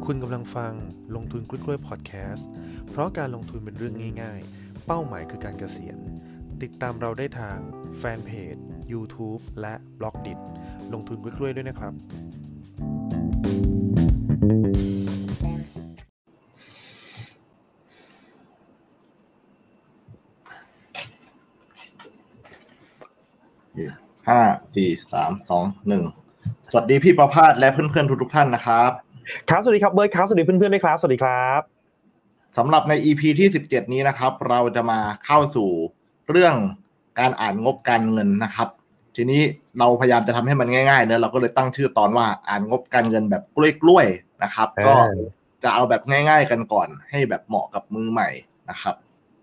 คุณกำลังฟังลงทุนกล้วยๆพอดแคสต์เพราะการลงทุนเป็นเรื่องง่ายๆเป้าหมายคือการเกษียณติดตามเราได้ทางแฟนเพจ YouTube และบล็อกดิลงทุนกล้วยๆด้วยนะครับห้าสี่สามสองหนึ่งสวัสดีพี่ประภาสและเพื่อนๆทุกท่านนะครับครับสวัสดีครับเบิร์ดครับสวัสดีเพื่อนๆด้วยครับสวัสดีครับสำหรับใน EP ที่17นี้นะครับเราจะมาเข้าสู่เรื่องการอ่านงบการเงินนะครับทีนี้เราพยายามจะทำให้มันง่ายๆเนอะเราก็เลยตั้งชื่อตอนว่าอ่านงบการเงินแบบกล้วยๆนะครับก็จะเอาแบบง่ายๆกันก่อนให้แบบเหมาะกับมือใหม่นะครับ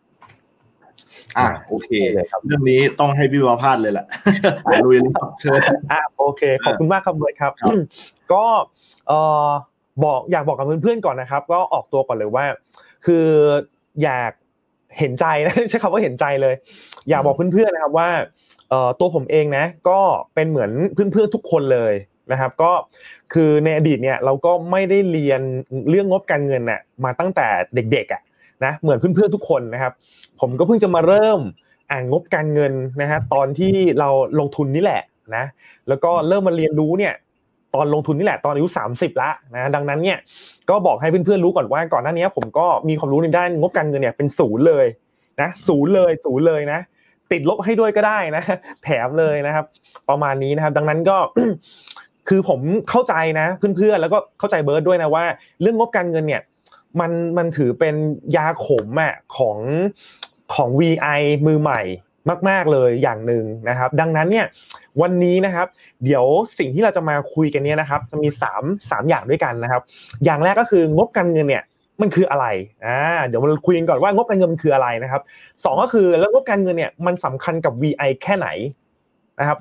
โอเคเรื่องนี้ต้องให้พี่ประภาสเลยแหละลุยเลยครับเชิญโอเคขอบคุณมากครับเบิร์ดครับก็อยากบอกกับเพื่อนๆก่อนนะครับก็ออกตัวก่อนเลยว่าคืออยากเห็นใจนะใช้คำว่าเห็นใจเลยอยากบอกเพื่อนๆนะครับว่าตัวผมเองนะก็เป็นเหมือนเพื่อนๆทุกคนเลยนะครับก็คือในอดีตเนี่ยเราก็ไม่ได้เรียนเรื่องงบการเงินน่ะมาตั้งแต่เด็กๆนะเหมือนเพื่อนๆทุกคนนะครับผมก็เพิ่งจะมาเริ่มอ่านงบการเงินนะฮะตอนที่เราลงทุนนี่แหละนะแล้วก็เริ่มมาเรียนรู้เนี่ยตอนลงทุนนี่แหละตอนอายุ30ละนะดังนั้นเนี่ยก็บอกให้เพื่อนๆรู้ก่อนว่าก่อนหน้านี้ผมก็มีความรู้ในด้านงบการเงินเนี่ยเป็นศูนย์เลยนะศูนย์เลยนะติดลบให้ด้วยก็ได้นะแถมเลยนะครับประมาณนี้นะครับดังนั้นก็คือผมเข้าใจนะเพื่อนๆแล้วก็เข้าใจเบิร์ดด้วยนะว่าเรื่องงบการเงินเนี่ยมันถือเป็นยาขมของ VI มือใหม่มากๆเลยอย่างนึงนะครับดังนั้นเนี่ยวันนี้นะครับเดี๋ยวสิ่งที่เราจะมาคุยกันเนี่ยนะครับจะมี3อย่างด้วยกันนะครับอย่างแรกก็คืองบการเงินเนี่ยมันคืออะไรเดี๋ยวมาคุยกันก่อนว่างบการเงินมันคืออะไรนะครับ2ก็คือแล้วงบการเงินเนี่ยมันสำคัญกับ VI แค่ไหนนะครับ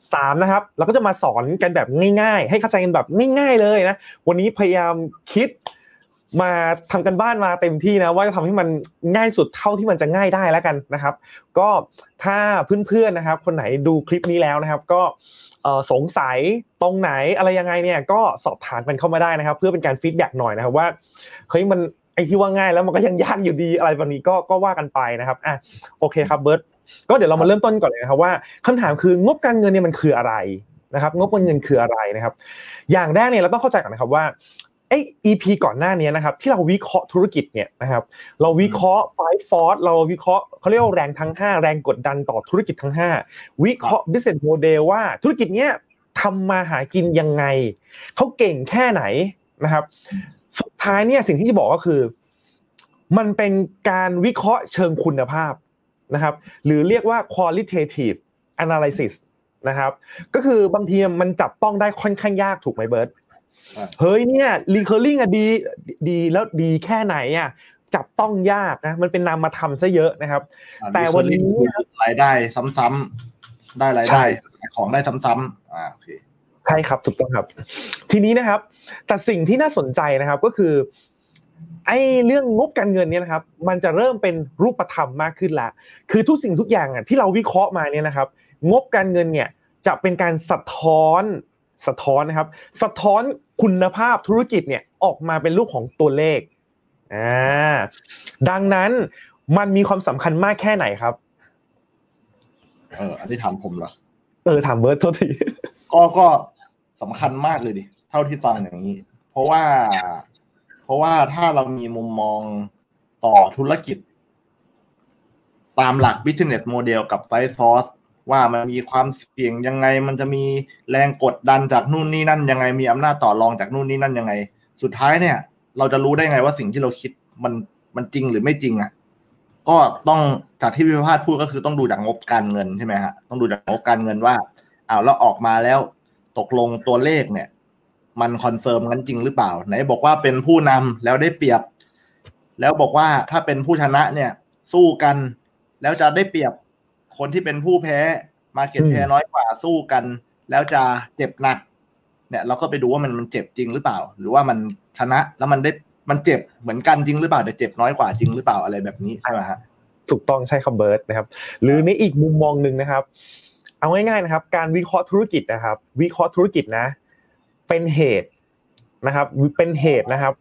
3นะครับเราก็จะมาสอนกันแบบง่ายๆให้เข้าใจกันแบบง่ายๆเลยนะวันนี้พยายามคิดมาทำกันบ้านมาเต็มที่นะว่าจะทำให้มันง่ายสุดเท่าที่มันจะง่ายได้แล้วกันนะครับก็ถ้าเพื่อนๆนะครับคนไหนดูคลิปนี้แล้วนะครับก็สงสัยตรงไหนอะไรยังไงเนี่ยก็สอบถามกันเข้ามาได้นะครับเพื่อเป็นการฟีดแบ็กหน่อยนะครับว่าเฮ้ยมันไอ้ที่ว่าง่ายแล้วมันก็ยังยากอยู่ดีอะไรแบบนี้ก็ว่ากันไปนะครับโอเคครับเบิร์ตก็เดี๋ยวเรามาเริ่มต้นก่อนเลยนะครับว่าคำถามคืองบการเงินเนี่ยมันคืออะไรนะครับงบการเงินคืออะไรนะครับอย่างแรกเนี่ยเราต้องเข้าใจก่อนนะครับว่าEP ก่อนหน้านี้นะครับที่เราวิเคราะห์ธุรกิจเนี่ยนะครับเราวิเคราะห์5 force เราวิเคราะห์เขาเรียกว่าแรงทั้ง5แรงกดดันต่อธุรกิจทั้ง5วิเคราะห์ business model ว่าธุรกิจเนี้ยทำมาหากินยังไงเขาเก่งแค่ไหนนะครับสุดท้ายเนี่ยสิ่งที่จะบอกก็คือมันเป็นการวิเคราะห์เชิงคุณภาพนะครับหรือเรียกว่า qualitative analysis นะครับก็คือบางทีมันจับต้องได้ค่อนข้างยากถูกไหมเบิร์ตเฮ้ยเนี่ย recurring ดีแล้วดีแค่ไหนจับต้องยากนะมันเป็นนามธรรมซะเยอะนะครับแต่วันนี้รายได้ซ้ำๆได้รายได้ของได้ซ้ำๆโอเคใช่ครับถูกต้องครับทีนี้นะครับแต่สิ่งที่น่าสนใจนะครับก็คือเรื่องงบการเงินเนี่ยนะครับมันจะเริ่มเป็นรูปธรรมมากขึ้นละคือทุกสิ่งทุกอย่างที่เราวิเคราะห์มาเนี่ยนะครับงบการเงินเนี่ยจะเป็นการสะท้อนนะครับสะท้อนคุณภาพธุรกิจเนี่ยออกมาเป็นรูปของตัวเลขดังนั้นมันมีความสำคัญมากแค่ไหนครับอันนี้ถามผมเหรอถามเบิร์ดโทษทีก็สำคัญมากเลยดิเท่าที่ฟังอย่างนี้เพราะว่าถ้าเรามีมุมมองต่อธุรกิจตามหลัก business model กับ fight force ว่ามันมีความเสี่ยงยังไงมันจะมีแรงกดดันจากนู่นนี่นั่นยังไงมีอำนาจต่อรองจากนู่นนี่นั่นยังไงสุดท้ายเนี่ยเราจะรู้ได้ไงว่าสิ่งที่เราคิดมันจริงหรือไม่จริงก็ต้องจากที่พี่ประภาสพูดก็คือต้องดูจากงบการเงินใช่ไหมฮะต้องดูจากงบการเงินว่าแล้วออกมาแล้วตกลงตัวเลขเนี่ยมันคอนเฟิร์มกันจริงหรือเปล่าไหนบอกว่าเป็นผู้นำแล้วได้เปรียบแล้วบอกว่าถ้าเป็นผู้ชนะเนี่ยสู้กันแล้วจะได้เปรียบคนที่เป็นผู้แพ้ market share น้อยกว่าสู้กันแล้วจะเจ็บหนักเนี่ยเราก็ไปดูว่ามันเจ็บจริงหรือเปล่าหรือว่ามันชนะแล้วมันเจ็บเหมือนกันจริงหรือเปล่าแต่เจ็บน้อยกว่าจริงหรือเปล่าอะไรแบบนี้ใช่ไหมฮะถูกต้องใช่ครับเบิร์ดนะครับหรือในอีกมุมมองนึงนะครับเอาง่ายๆนะครับการวิเคราะห์ธุรกิจนะครับวิเคราะห์ธุรกิจนะเป็นเหตุนะครับ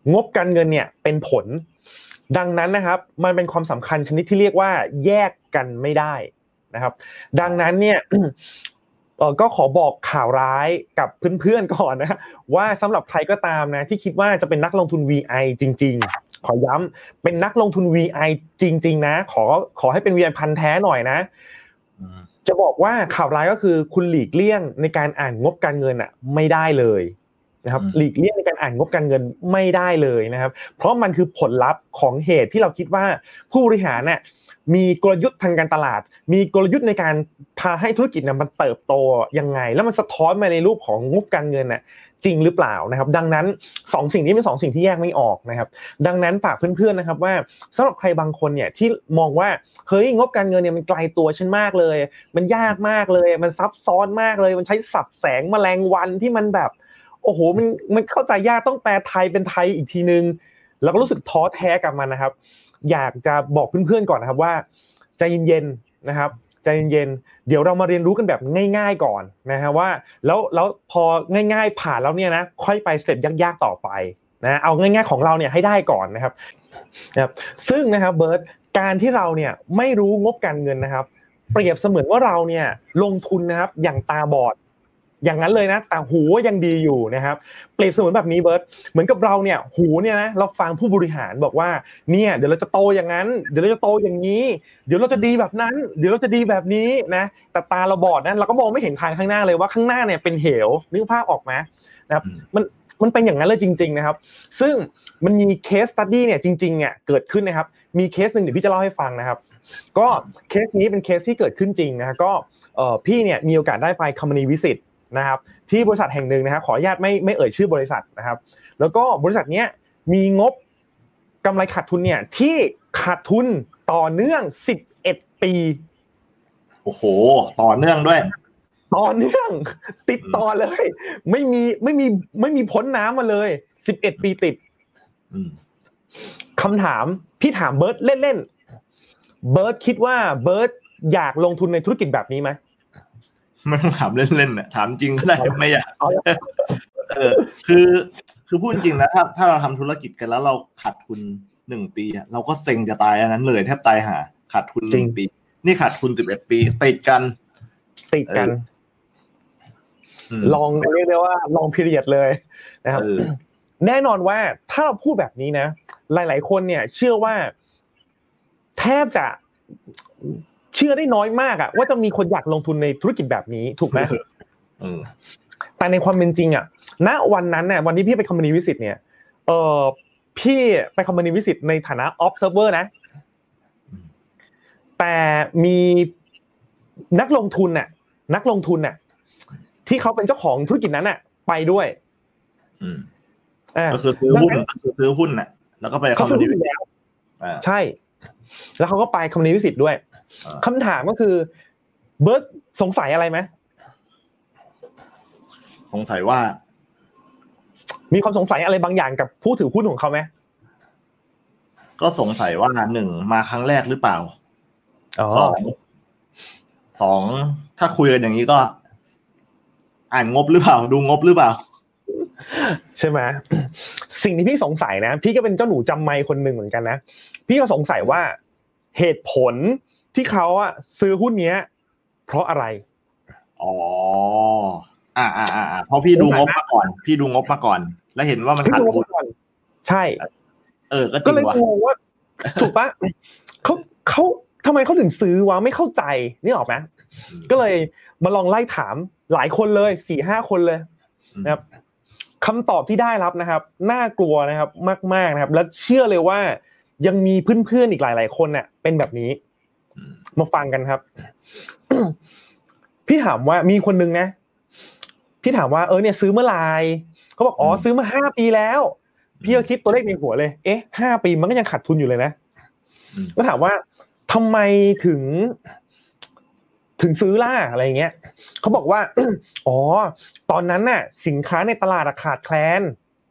งบการเงินเนี่ยเป็นผลดังนั้นนะครับมันเป็นความสำคัญชนิดที่เรียกว่าแยกกันไม่ได้นะครับดังนั้นเนี่ยก็ขอบอกข่าวร้ายกับเพื่อนๆก่อนนะว่าสำหรับใครก็ตามนะที่คิดว่าจะเป็นนักลงทุน VI จริงๆขอย้ำเป็นนักลงทุน VI จริงๆนะขอให้เป็น VI พันธุ์แท้หน่อยนะจะบอกว่าข่าวร้ายก็คือคุณหลีกเลี่ยงในการอ่านงบการเงินไม่ได้เลยนะครับหลีกเลี่ยงในการอ่านงบการเงินไม่ได้เลยนะครับเพราะมันคือผลลัพธ์ของเหตุที่เราคิดว่าผู้บริหารเนี่ยมีกลยุทธ์ทางการตลาดมีกลยุทธ์ในการพาให้ธุรกิจมันเติบโตยังไงแล้วมันสะท้อนมาในรูปของงบการเงินจริงหรือเปล่านะครับดังนั้น2สิ่งนี้เป็น2สิ่งที่แยกไม่ออกนะครับดังนั้นฝากเพื่อนๆนะครับว่าสำหรับใครบางคนเนี่ยที่มองว่าเฮ้ยงบการเงินเนี่ยมันไกลตัวฉันมากเลยมันยากมากเลยมันซับซ้อนมากเลยมันใช้สับแสงแมลงวันที่มันแบบโอ้โหมันเข้าใจยากต้องแปลไทยเป็นไทยอีกทีนึงแล้วก็รู้สึกท้อแท้กับมันนะครับอยากจะบอกเพื่อนๆก่อนนะครับว่าใจเย็นๆนะครับใจเย็นๆเดี๋ยวเรามาเรียนรู้กันแบบง่ายๆก่อนนะฮะว่าแล้วพอง่ายๆผ่านแล้วเนี่ยนะค่อยไปสเต็ปยากๆต่อไปนะเอาง่ายๆของเราเนี่ยให้ได้ก่อนนะครับซึ่งนะครับเบิร์ตการที่เราเนี่ยไม่รู้งบการเงินนะครับเปรียบเสมือนว่าเราเนี่ยลงทุนนะครับอย่างตาบอดอย่างนั้นเลยนะแต่หูยังดีอยู่นะครับเปรียบเสมือนแบบนี้เบิร์ตเหมือนกับเราเนี่ยหูเนี่ยนะเราฟังผู้บริหารบอกว่าเนี่ยเดี๋ยวเราจะโตอย่างนั้นเดี๋ยวเราจะโตอย่างนี้เดี๋ยวเราจะดีแบบนั้นเดี๋ยวเราจะดีแบบนี้นะแต่ตาเราบอดนะเราก็มองไม่เห็นทางข้างหน้าเลยว่าข้างหน้าเนี่ยเป็นเหวนึกภาพออกมั้ยนะครับมันเป็นอย่างนั้นเลยจริงๆนะครับซึ่งมันมีเคสสตั๊ดดี้เนี่ยจริงๆเนี่ยเกิดขึ้นนะครับมีเคสนึงเดี๋ยวพี่จะเล่าให้ฟังนะครับก็เคสนี้เป็นเคสที่เกิดขึ้นจริงนะก็พี่เนี่ยมีโอกาสได้ไป company visitนะครับที่บริษัทแห่งหนึ่งนะครับขออนุญาตไม่เอ่ยชื่อบริษัทนะครับแล้วก็บริษัทเนี้ยมีงบกำไรขาดทุนเนี่ยที่ขาดทุนต่อเนื่อง11ปีโอ้โหต่อเนื่องด้วยต่อเนื่องติดต่อเลยไม่มีพ้นน้ำมาเลย11ปีติดคำถามพี่ถามเบิร์ตเล่นๆเบิร์ตคิดว่าเบิร์ตอยากลงทุนในธุรกิจแบบนี้ไหมไม่ต้องถามเล่นๆน่ะถามจริงก็ได้ไม่อยากคือพูดจริงนะถ้าเราทำธุรกิจกันแล้วเราขาดทุน1ปีเราก็เซ็งจะตายอันนั้นเลยแทบตายหาขาดทุน1ปีนี่ขาดทุน11ปีติดกันลองเรียกได้ว่าลองพีเรียดเลยนะครับแน่นอนว่าถ้าเราพูดแบบนี้นะหลายๆคนเนี่ยเชื่อว่าแทบจะเชื่อได้น้อยมากว่าจะมีคนอยากลงทุนในธุรกิจแบบนี้ถูกไหมแต่ในความเป็นจริงณวันนั้นเนี่ยวันที่พี่ไป company visit เนี่ยพี่ไป company visit ในฐานะ observer นะแต่มีนักลงทุนที่เขาเป็นเจ้าของธุรกิจนั้นไปด้วยก็คือซื้อหุ้นน่ะแล้วก็ไป company visit ใช่แล้วเขาก็ไป company visit ด้วยคำถามก็คือเบิร์ตสงสัยอะไรไหมสงสัยว่ามีความสงสัยอะไรบางอย่างกับผู้ถือหุ้นของเขาไหมก็สงสัยว่า1มาครั้งแรกหรือเปล่าสองถ้าคุยกันอย่างนี้ก็อ่านงบหรือเปล่าดูงบหรือเปล่าใช่ไหมสิ่งที่พี่สงสัยนะพี่ก็เป็นเจ้าหนูจำไมค์คนนึงเหมือนกันนะพี่ก็สงสัยว่าเหตุผลที่เขาซื้อหุ้นเนี้ยเพราะอะไรเพราะพี่ดูงบมาก่อนแล้วเห็นว่ามันขาดทุนใช่ก็จริงว่ะก็เลยงงว่าถูกปะเขาทำไมเขาถึงซื้อวะไม่เข้าใจนี่ออกไหมก็เลยมาลองไล่ถามหลายคนเลย 4-5 คนเลยนะครับคำตอบที่ได้รับนะครับน่ากลัวนะครับมากๆนะครับและเชื่อเลยว่ายังมีเพื่อนๆอีกหลายๆคนเนี่ยเป็นแบบนี้มาฟังกันครับพี่ถามว่ามีคนนึงนะพี่ถามว่าเนี่ยซื้อเมื่อไหร่เขาบอกซื้อมา5ปีแล้วพี่ก็คิดตัวเลขในหัวเลย5ปีมันก็ยังขาดทุนอยู่เลยนะก็ถามว่าทำไมถึงซื้อล่ะอะไรเงี้ยเขาบอกว่าตอนนั้นน่ะสินค้าในตลาดขาดแคลน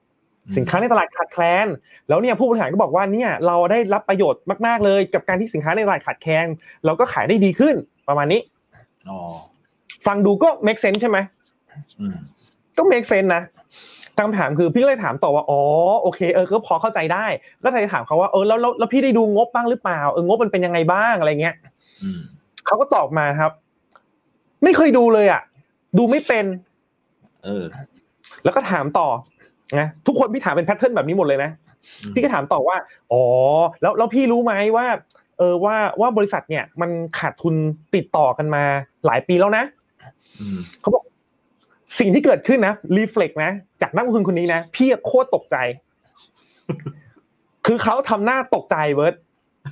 แล้วเนี่ยผู้บริหารก็บอกว่าเนี่ยเราได้รับประโยชน์มากๆเลยกับการที่สินค้าในตลาดขาดแคลนเราก็ขายได้ดีขึ้นประมาณนี้ฟังดูก็ make sense ใช่ไหมก็ make sense นะคำถามคือพี่ก็เลยถามต่อว่าอ๋อโอเคก็พอเข้าใจได้ก็เลยถามเขาว่าแล้วพี่ได้ดูงบบ้างหรือเปล่างบมันเป็นยังไงบ้างอะไรเงี้ยเขาก็ตอบมาครับไม่เคยดูเลยอ่ะดูไม่เป็นแล้วก็ถามต่อนะทุกคนพี่ถามเป็นแพทเทิร์นแบบนี้หมดเลยนะพี่ก็ถามต่อว่าอ๋อแล้วพี่รู้ไหมว่าว่าบริษัทเนี่ยมันขาดทุนติดต่อกันมาหลายปีแล้วนะเขาบอกสิ่งที่เกิดขึ้นนะรีเฟล็กนะจากนักลงทุนคนนี้นะพี่โคตรตกใจคือเขาทำหน้าตกใจเบิร์ด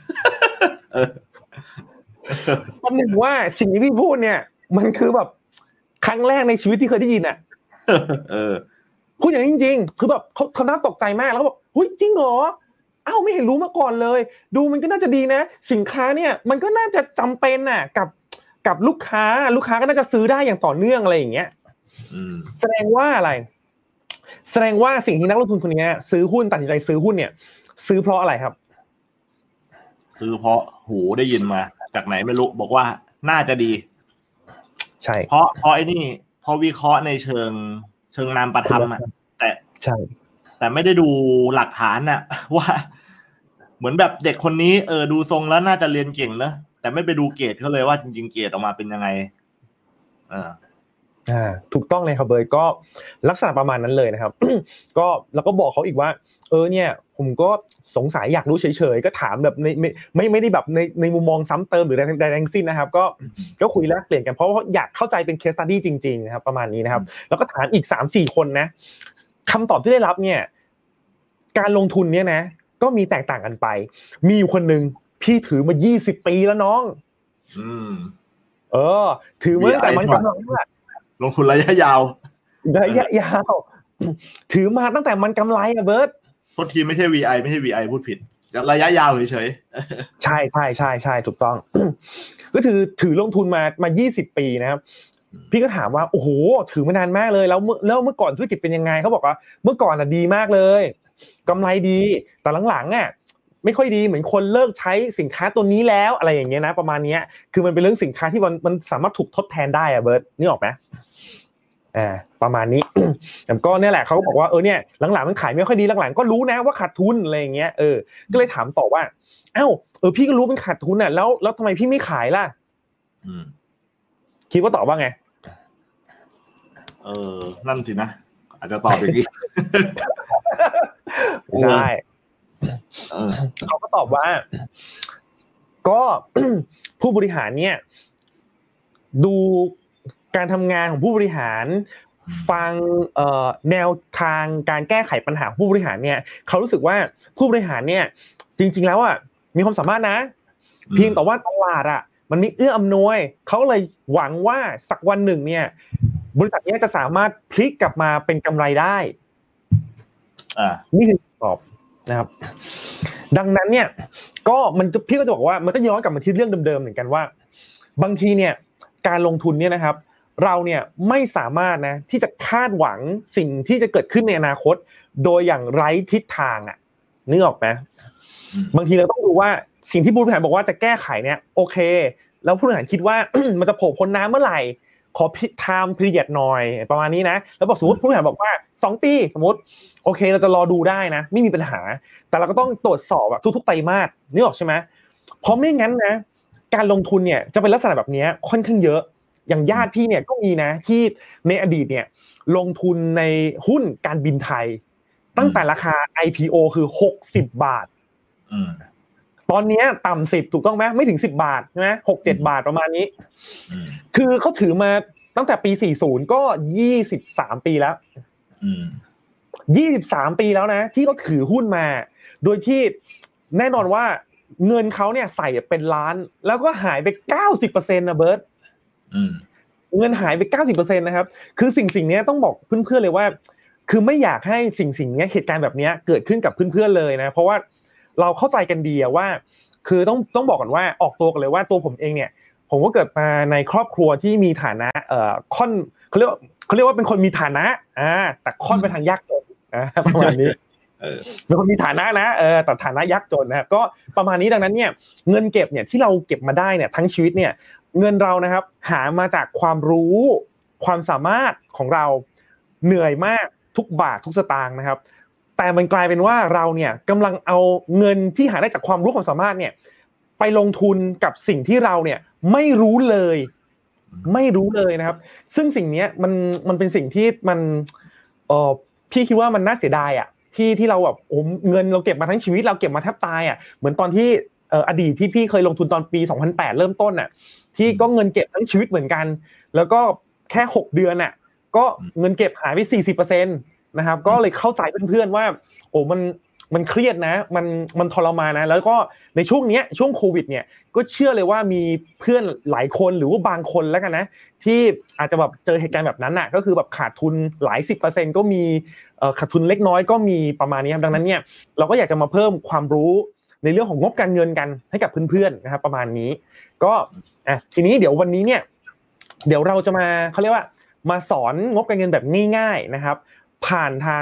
ประหนึ่งว่าสิ่งที่พี่พูดเนี่ยมันคือแบบครั้งแรกในชีวิตที่เคยได้ยินอ่ะพูดอย่างจริงๆคือแบบเขาทำหน้าตกใจมากแล้วก็บอกเฮ้ยจริงเหรออ้าวไม่เห็นรู้มาก่อนเลยดูมันก็น่าจะดีนะสินค้าเนี่ยมันก็น่าจะจำเป็นน่ะกับลูกค้าก็น่าจะซื้อได้อย่างต่อเนื่องอะไรอย่างเงี้ยแสดงว่าอะไรแสดงว่าสิ่งที่นักลงทุนคนนี้ซื้อหุ้นตัดสินใจซื้อหุ้นเนี่ยซื้อเพราะอะไรครับซื้อเพราะหูได้ยินมาจากไหนไม่รู้บอกว่าน่าจะดีใช่เพราะไอ้นี่พอวิเคราะห์ในเชิงนามประทับอ่ะแต่ใช่แต่ไม่ได้ดูหลักฐานน่ะว่าเหมือนแบบเด็กคนนี้ดูทรงแล้วน่าจะเรียนเก่งนะแต่ไม่ไปดูเกรดเขาเลยว่าจริงๆเกรดออกมาเป็นยังไงถูกต้องเลยครับเบย์ก็ลักษณะประมาณนั้นเลยนะครับ ก็แล้วก็บอกเขาอีกว่าเนี่ยผมก็สงสัยอยากรู้เฉยๆก็ถามแบบไม่ได้แบบในมุมมองซ้ำเติมหรือใดๆทั้งสิ้นนะครับก็คุยแลกเปลี่ยนกันเพราะว่าอยากเข้าใจเป็นเคสสตั๊ดดี้จริงๆนะครับประมาณนี้นะครับแล้วก็ถามอีก 3-4 คนนะคำตอบที่ได้รับเนี่ยการลงทุนเนี่ยนะก็มีแตกต่างกันไปมีอยู่คนนึงพี่ถือมา20 ปีแล้วน้องถือมาตั้งแต่มันกำลังลงทุนระยะยาวถือมาตั้งแต่มันกำไรอ่ะเบิร์ดโทษทีไม่ใช่ VI ไม่ใช่ VI พูดผิดระยะยาวเฉยๆใช่ถูกต้องก็ถือลงทุนมา20 ปีนะครับพี่ก็ถามว่าโอ้โหถือมานานมากเลยแล้วเมื่อก่อนธุรกิจเป็นยังไงเขาบอกว่าเมื่อก่อนน่ะดีมากเลยกำไรดีแต่หลังๆอ่ะไม่ค่อยดีเหมือนคนเลิกใช้สินค้าตัวนี้แล้วอะไรอย่างเงี้ยนะประมาณนี้คือมันเป็นเรื่องสินค้าที่มันสามารถถูกทดแทนได้อะเบิร์ดนึกออกไหมประมาณนี้แต่ก็เนี่ยแหละเขาก็บอกว่าเนี่ยหลังๆมันขายไม่ค่อยดีหลังๆก็รู้นะว่าขาดทุนอะไรอย่างเงี้ยก็เลยถามต่อว่าพี่ก็รู้เป็นขาดทุนน่ะแล้วทำไมพี่ไม่ขายล่ะคิดว่าตอบว่าไงนั่นสินะอาจจะตอบอย่างนี้ใช่เขาก็ตอบว่าก็ผู้บริหารเนี่ยดูการทำงานของผู้บริหารฟังแนวทางการแก้ไขปัญหาผู้บริหารเนี่ยเขารู้สึกว่าผู้บริหารเนี่ยจริงๆแล้วอ่ะมีความสามารถนะเพียงแต่ว่าตลาดอ่ะมันมีเอื้ออำนวยเขาเลยหวังว่าสักวันหนึ่งเนี่ยบริษัทนี้จะสามารถพลิกกลับมาเป็นกำไรได้นี่คือตอบนะครับดังนั้นเนี่ยก็พี่ก็จะบอกว่ามันก็ย้อนกลับมาที่เรื่องเดิมๆเหมือนกันว่าบางทีเนี่ยการลงทุนเนี่ยนะครับเราเนี่ยไม่สามารถนะที่จะคาดหวังสิ่งที่จะเกิดขึ้นในอนาคตโดยอย่างไร้ทิศทางอ่ะนึกออกไหมบางทีเราต้องดูว่าสิ่งที่ผู้บริหารบอกว่าจะแก้ไขเนี่ยโอเคแล้วผู้บริหารคิดว่า มันจะโผล่พ้นน้ำเมื่อไหร่ขอtime period หน่อยประมาณนี้นะแล้วบอกสมมติผู้บริหารบอกว่า2 ปีสมมติโอเคเราจะรอดูได้นะไม่มีปัญหาแต่เราก็ต้องตรวจสอบทุกๆไตรมาสนึกออกใช่ไหมเพราะไม่งั้นนะการลงทุนเนี่ยจะเป็นลักษณะแบบนี้ค่อนข้างเยอะอย่างญาติพี่เนี่ยก็มีนะที่ในอดีตเนี่ยลงทุนในหุ้นการบินไทยตั้งแต่ราคา IPO คือ60 บาทตอนนี้ต่ำ10ถูกต้องไหมไม่ถึง10 บาทใช่ไหม6-7 บาทประมาณนี้คือเขาถือมาตั้งแต่ปี40ก็23 ปีแล้ว23 ปีแล้วนะที่เขาถือหุ้นมาโดยที่แน่นอนว่าเงินเขาเนี่ยใส่เป็นล้านแล้วก็หายไป 90% นะเบิร์ตเงินหายไป 90% นะครับคือสิ่งนี้ต้องบอกเพื่อนๆเลยว่าคือไม่อยากให้สิ่งนี้เหตุการณ์แบบนี้เกิดขึ้นกับเพื่อนๆเลยนะเพราะว่าเราเข้าใจกันดีว่าคือต้องบอกก่อนว่าออกตัวกันเลยว่าตัวผมเองเนี่ยผมก็เกิดมาในครอบครัวที่มีฐานะค่อนเขาเรียกว่าเป็นคนมีฐานะแต่ค่อนไปทางยากจนประมาณนี้เป็นคนมีฐานะนะแต่ฐานะยากจนนะครับก็ประมาณนี้ดังนั้นเนี่ยเงินเก็บเนี่ยที่เราเก็บมาได้เนี่ยทั้งชีวิตเนี่ยเงินเรานะครับหามาจากความรู้ความสามารถของเราเหนื่อยมากทุกบาททุกสตางค์นะครับแต่มันกลายเป็นว่าเราเนี่ยกำลังเอาเงินที่หาได้จากความรู้ความสามารถเนี่ยไปลงทุนกับสิ่งที่เราเนี่ยไม่รู้เลยนะครับซึ่งสิ่งนี้มันเป็นสิ่งที่มันพี่คิดว่ามันน่าเสียดายอ่ะที่เราแบบเงินเราเก็บมาทั้งชีวิตเราเก็บมาแทบตายอ่ะเหมือนตอนที่อดีตที่พี่เคยลงทุนตอนปี2008เริ่มต้นน่ะที่ก็เงินเก็บทั้งชีวิตเหมือนกันแล้วก็แค่6เดือนน่ะก็เงินเก็บหายไป 40% นะครับก็เลยเข้าใจเพื่อนๆว่ามันเครียดนะมันทรมานนะแล้วก็ในช่วงเนี้ยช่วงโควิดเนี่ยก็เชื่อเลยว่ามีเพื่อนหลายคนหรือว่าบางคนแล้วกันนะที่อาจจะแบบเจอเหตุการณ์แบบนั้นน่ะก็คือแบบขาดทุนหลาย 10% ก็มีขาดทุนเล็กน้อยก็มีประมาณนี้ครับดังนั้นเนี่ยเราก็อยากจะมาเพิ่มความรู้ในเรื่องของงบการเงินกันให้กับเพื่อนๆนะครับประมาณนี้ก็ทีนี้เดี๋ยววันนี้เนี่ยเดี๋ยวเราจะมาเขาเรียกว่ามาสอนงบการเงินแบบง่ายๆนะครับผ่านทาง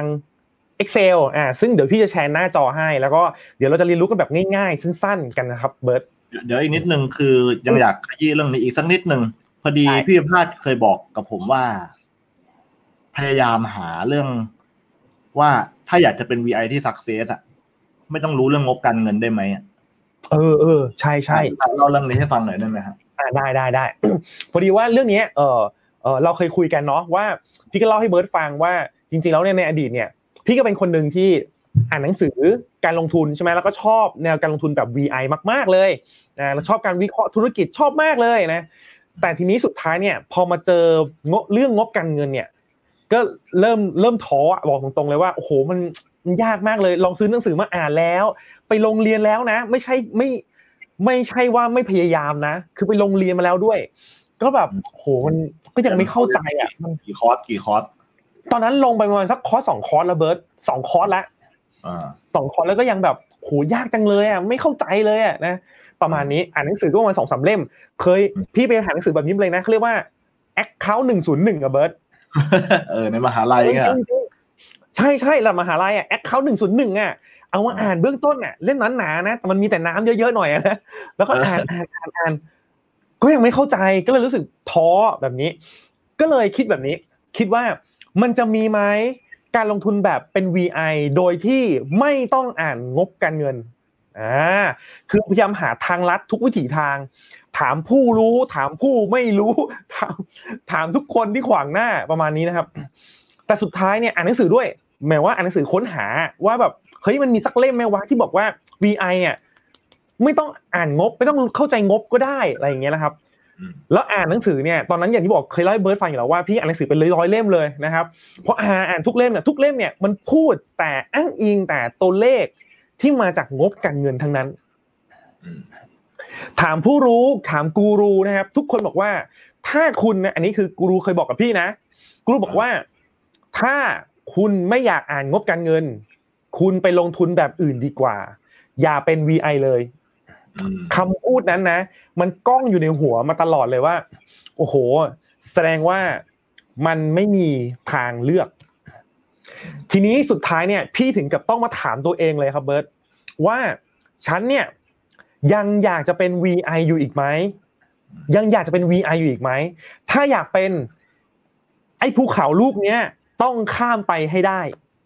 Excel ซึ่งเดี๋ยวพี่จะแชร์หน้าจอให้แล้วก็เดี๋ยวเราจะเรียนรู้กันแบบง่ายๆสั้นๆกันนะครับเบิร์ตเดี๋ยวอีกนิดนึงคือยังอยากขยี้เรื่องนี้อีกสักนิดนึงพอดีพี่พาดเคยบอกกับผมว่าพยายามหาเรื่องว่าถ้าอยากจะเป็น VI ที่ success อ่ะไม่ต้องรู้เรื่องงบการเงินได้ไหมใช่ๆเล่าเรื่องนี้ให้ฟังหน่อยได้ไหมครับได้ พอดีว่าเรื่องนี้เราเคยคุยกันเนาะว่าพี่ก็เล่าให้เบิร์ตฟังว่าจริงๆแล้วเนี่ยในอดีตเนี่ยพี่ก็เป็นคนนึงที่อ่านหนังสือการลงทุนใช่ไหมแล้วก็ชอบแนวการลงทุนแบบ VI มากๆเลยแล้วชอบการวิเคราะห์ธุรกิจชอบมากเลยนะแต่ทีนี้สุดท้ายเนี่ยพอมาเจอเรื่องงบการเงินเนี่ยก็เริ่มท้อบอกตรงๆเลยว่าโอ้โหมันยากมากเลยลองซื้อหนังสือมาอ่านแล้วไปโรงเรียนแล้วนะไม่ใช่ว่าไม่พยายามนะคือไปโรงเรียนมาแล้วด้วยก็แบบโหมันก็ยังไม่เข้าใจอ่ะมันกี่คอร์สตอนนั้นลงไปประมาณสักคอร์ส2คอร์สแล้วเบิร์ต2คอร์สแล้ว2คอร์สแล้วก็ยังแบบโหยากจังเลยอ่ะไม่เข้าใจเลยอ่ะนะประมาณนี้อ่านหนังสือก็ประมาณ 2-3 เล่มเคยพี่ไปหาหนังสือแบบนี้เลยนะเขาเรียกว่า Account 101อ่ะเบิร์ตในมหาลัยอ่ะใช่ๆแล้วมหาลัยอ่ะ Account 101อ่ะเอามาอ่านเบื้องต้นน่ะเล่มนั้นหนานะแต่มันมีแต่น้ำเยอะๆหน่อยนะแล้วก็อ่านก็ยังไม่เข้าใจก็เลยรู้สึกท้อแบบนี้ก็เลยคิดแบบนี้คิดว่ามันจะมีไหมการลงทุนแบบเป็น VI โดยที่ไม่ต้องอ่านงบการเงินคือพยายามหาทางลัดทุกวิถีทางถามผู้รู้ถามผู้ไม่รู้ถามทุกคนที่ขวางหน้าประมาณนี้นะครับแต่สุดท้ายเนี่ยอ่านหนังสือด้วยหมายว่าอ่านหนังสือค้นหาว่าแบบเฮ้ยมันมีสักเล่มไหมวะที่บอกว่า VI เนี่ยไม่ต้องอ่านงบไม่ต้องเข้าใจงบก็ได้อะไรอย่างเงี้ยนะครับแล้วอ่านหนังสือเนี่ยตอนนั้นอย่างที่บอกเคยเล่าให้เบิร์ตฟังอยู่แล้วว่าพี่อ่านหนังสือเป็นร้อยๆเล่มเลยนะครับเพราะอ่านทุกเล่มเนี่ยมันพูดแต่อ้างอิงแต่ตัวเลขที่มาจากงบการเงินทั้งนั้นถามผู้รู้ถามกูรูนะครับทุกคนบอกว่าถ้าคุณนะอันนี้คือกูรูเคยบอกกับพี่นะกูรูบอกว่าถ้าคุณไม่อยากอ่านงบการเงินคุณไปลงทุนแบบอื่นดีกว่าอย่าเป็น VI เลยคำพูดนั้นนะมันก้องอยู่ในหัวมาตลอดเลยว่าโอ้โหแสดงว่ามันไม่มีทางเลือกทีนี้สุดท้ายเนี่ยพี่ถึงกับต้องมาถามตัวเองเลยครับเบิร์ตว่าฉันเนี่ยยังอยากจะเป็น VI อยู่อีกไหมยังอยากจะเป็น VI อยู่อีกไหมถ้าอยากเป็นไอ้ภูเขาลูกเนี้ยต้องข้ามไปให้ได้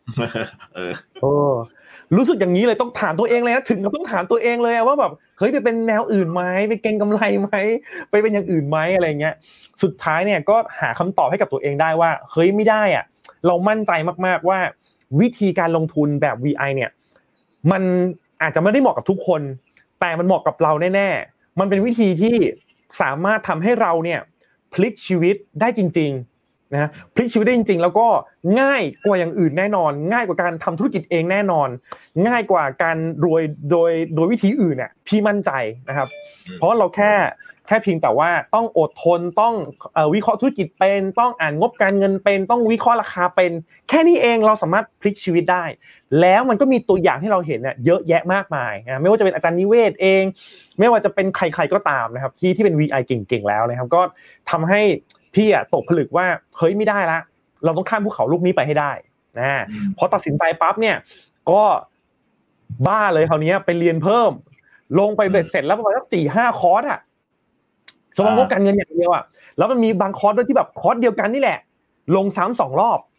รู้สึกอย่างนี้เลยต้องถามตัวเองเลยนะถึงกับต้องถามตัวเองเลยว่าแบบเฮ้ยไปเป็นแนวอื่นไหมไปเก็งกำไรไหมไปเป็นอย่างอื่นไหมอะไรเงี้ยสุดท้ายเนี่ยก็หาคำตอบให้กับตัวเองได้ว่าเฮ้ยไม่ได้อ่ะเรามั่นใจมากๆว่าวิธีการลงทุนแบบ VI เนี่ยมันอาจจะไม่ได้เหมาะกับทุกคนแต่มันเหมาะกับเราแน่ๆมันเป็นวิธีที่สามารถทำให้เราเนี่ยพลิกชีวิตได้จริงๆนะพลิกชีวิตได้จริงๆแล้วก็ง่ายกว่าอย่างอื่นแน่นอนง่ายกว่าการทำธุรกิจเองแน่นอนง่ายกว่าการรวยโดยวิธีอื่นเนี่ยพี่มั่นใจนะครับเพราะเราแค่เพียงแต่ว่าต้องอดทนต้องวิเคราะห์ธุรกิจเป็นต้องอ่านงบการเงินเป็นต้องวิเคราะห์ราคาเป็นแค่นี้เองเราสามารถพลิกชีวิตได้แล้วมันก็มีตัวอย่างที่เราเห็นเนี่ยเยอะแยะมากมายนะไม่ว่าจะเป็นอาจารย์นิเวศเองไม่ว่าจะเป็นใครๆก็ตามนะครับที่เป็น VI เก่งๆแล้วนะครับก็ทำให้พี่ตกผลึกว่าเฮ้ยไม่ได้ละเราต้องข้ามภูเขาลูกนี้ไปให้ได้นะพอตัดสินใจปั๊บเนี่ยก็บ้าเลยคราวนี้ไปเรียนเพิ่มลงไปเบ็ดเสร็จแล้วประมาณสัก 4-5 คอร์สสมมติว่าการเงินอย่างเดียวแล้วมันมีบางคอร์สด้วยที่แบบคอร์สเดียวกันนี่แหละลงซ้ำ2 รอบ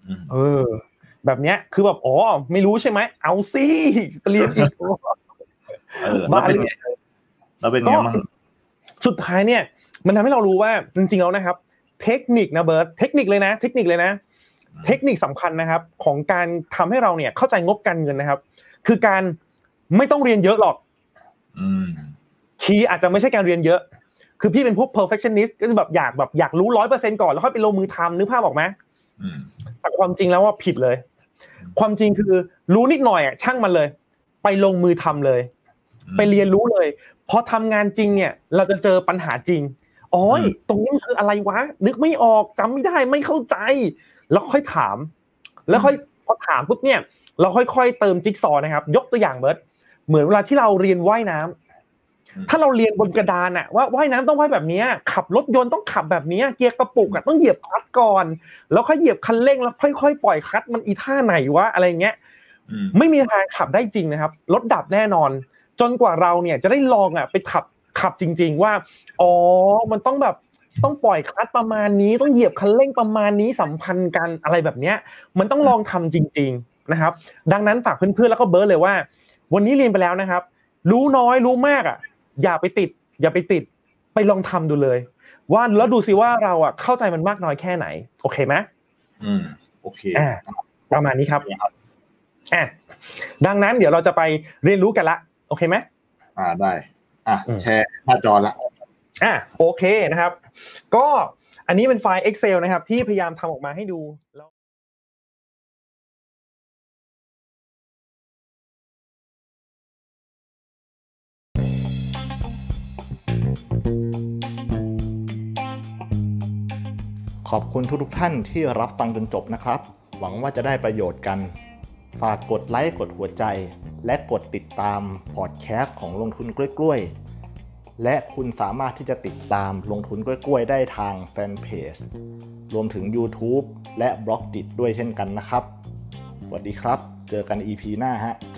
แบบเนี้ยคือแบบอ๋อไม่รู้ใช่ไหมเอาสิเรียนอีกแล้วเป็นไงมั่งสุดท้ายเนี่ยมันทำให้เรารู้ว่าจริงๆแล้วนะครับเทคนิคนะเบิร์ดเทคนิคเลยนะเทคนิคสำคัญนะครับของการทำให้เราเนี่ยเข้าใจงบการเงินนะครับคือการไม่ต้องเรียนเยอะหรอกคีย์อาจจะไม่ใช่การเรียนเยอะคือพี่เป็นพวก perfectionist ก็คือแบบอยากรู้ 100% ก่อนแล้วค่อยไปลงมือทำนึกภาพออกไหมแต่ความจริงแล้วว่าผิดเลยความจริงคือรู้นิดหน่อยช่างมันเลยไปลงมือทำเลยไปเรียนรู้เลยพอทำงานจริงเนี่ยเราจะเจอปัญหาจริงอ๋อตรงนี้มันคืออะไรวะนึกไม่ออกจำไม่ได้ไม่เข้าใจแล้วค่อยถามแล้วค่อยพอถามปุ๊บเนี่ยเราค่อยๆเติมจิ๊กซอว์นะครับยกตัวอย่างเบิร์ดเหมือนเวลาที่เราเรียนว่ายน้ำถ้าเราเรียนบนกระดานอะว่าว่ายน้ำต้องว่ายแบบนี้ขับรถยนต์ต้องขับแบบนี้เกียร์กระปุกอะต้องเหยียบคลัตช์ก่อนแล้วค่อยเหยียบคันเร่งแล้วค่อยๆปล่อยคลัตช์มันอีท่าไหนวะอะไรเงี้ยไม่มีทางขับได้จริงนะครับรถดับแน่นอนจนกว่าเราเนี่ยจะได้ลองไปขับจริงๆว่าอ๋อมันต้องแบบต้องปล่อยคลัตช์ประมาณนี้ต้องเหยียบคันเร่งประมาณนี้สัมพันธ์กันอะไรแบบเนี้ยมันต้องลองทำจริงๆนะครับดังนั้นฝากเพื่อนๆแล้วก็เบิร์ดเลยว่าวันนี้เรียนไปแล้วนะครับรู้น้อยรู้มากอย่าไปติดไปลองทำดูเลยว่าแล้วดูซิว่าเราเข้าใจมันมากน้อยแค่ไหนโอเคไหมโอเคประมาณนี้ครับดังนั้นเดี๋ยวเราจะไปเรียนรู้กันละโอเคไหมได้แชร์หน้าจอละโอเคนะครับก็อันนี้เป็นไฟล์ Excel นะครับที่พยายามทำออกมาให้ดูแล้วขอบคุณทุกท่านที่รับฟังจนจบนะครับหวังว่าจะได้ประโยชน์กันฝากกดไลค์กดหัวใจและกดติดตามพอดแคสต์ของลงทุนกล้วยๆและคุณสามารถที่จะติดตามลงทุนกล้วยๆได้ทางแฟนเพจรวมถึง YouTube และ Blogdit ด้วยเช่นกันนะครับสวัสดีครับเจอกัน EP หน้าฮะ